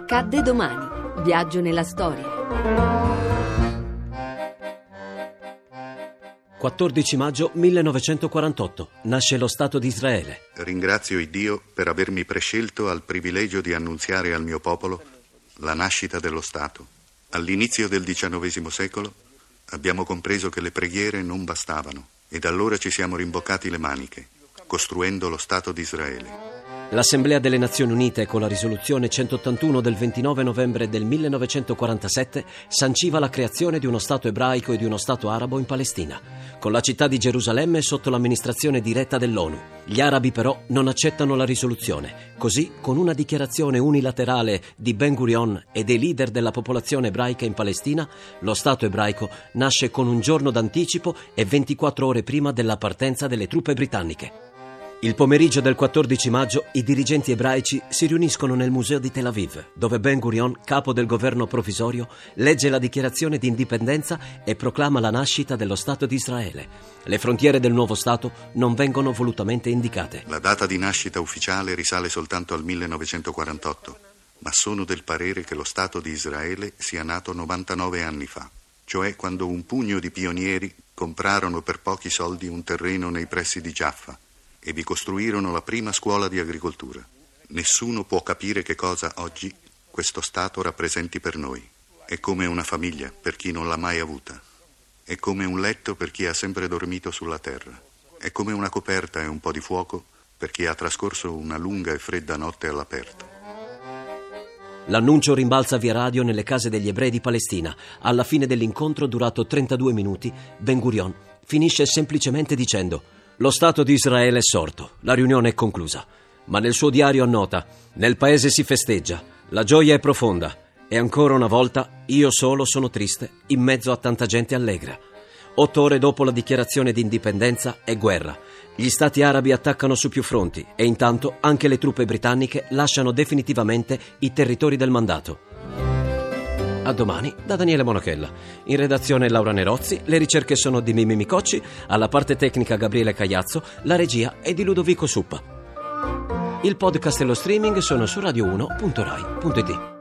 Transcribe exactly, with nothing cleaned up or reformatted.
Accadde domani. Viaggio nella storia. quattordici maggio millenovecentoquarantotto. Nasce lo Stato di Israele. Ringrazio il Dio per avermi prescelto al privilegio di annunziare al mio popolo la nascita dello Stato. All'inizio del diciannovesimo secolo abbiamo compreso che le preghiere non bastavano ed allora ci siamo rimboccati le maniche, costruendo lo Stato di Israele. L'Assemblea delle Nazioni Unite, con la risoluzione centottantuno del ventinove novembre del millenovecentoquarantasette, sanciva la creazione di uno Stato ebraico e di uno Stato arabo in Palestina, con la città di Gerusalemme sotto l'amministrazione diretta dell'ONU. Gli arabi però non accettano la risoluzione. Così, con una dichiarazione unilaterale di Ben Gurion e dei leader della popolazione ebraica in Palestina, lo Stato ebraico nasce con un giorno d'anticipo e ventiquattro ore prima della partenza delle truppe britanniche. Il pomeriggio del quattordici maggio i dirigenti ebraici si riuniscono nel museo di Tel Aviv, dove Ben Gurion, capo del governo provvisorio, legge la dichiarazione di indipendenza e proclama la nascita dello Stato di Israele. Le frontiere del nuovo Stato non vengono volutamente indicate. La data di nascita ufficiale risale soltanto al millenovecentoquarantotto, ma sono del parere che lo Stato di Israele sia nato novantanove anni fa, cioè quando un pugno di pionieri comprarono per pochi soldi un terreno nei pressi di Jaffa e vi costruirono la prima scuola di agricoltura. Nessuno può capire che cosa oggi questo Stato rappresenti per noi. È come una famiglia per chi non l'ha mai avuta. È come un letto per chi ha sempre dormito sulla terra. È come una coperta e un po' di fuoco per chi ha trascorso una lunga e fredda notte all'aperto. L'annuncio rimbalza via radio nelle case degli ebrei di Palestina. Alla fine dell'incontro, durato trentadue minuti, Ben Gurion finisce semplicemente dicendo: lo Stato di Israele è sorto, la riunione è conclusa. Ma nel suo diario annota: nel paese si festeggia, la gioia è profonda e ancora una volta io solo sono triste in mezzo a tanta gente allegra. Otto ore dopo la dichiarazione di indipendenza è guerra. Gli stati arabi attaccano su più fronti e intanto anche le truppe britanniche lasciano definitivamente i territori del mandato. A domani da Daniele Monachella. In redazione Laura Nerozzi, le ricerche sono di Mimmi Micocci, alla parte tecnica Gabriele Cagliazzo, la regia è di Ludovico Suppa. Il podcast e lo streaming sono su radio uno punto rai punto it.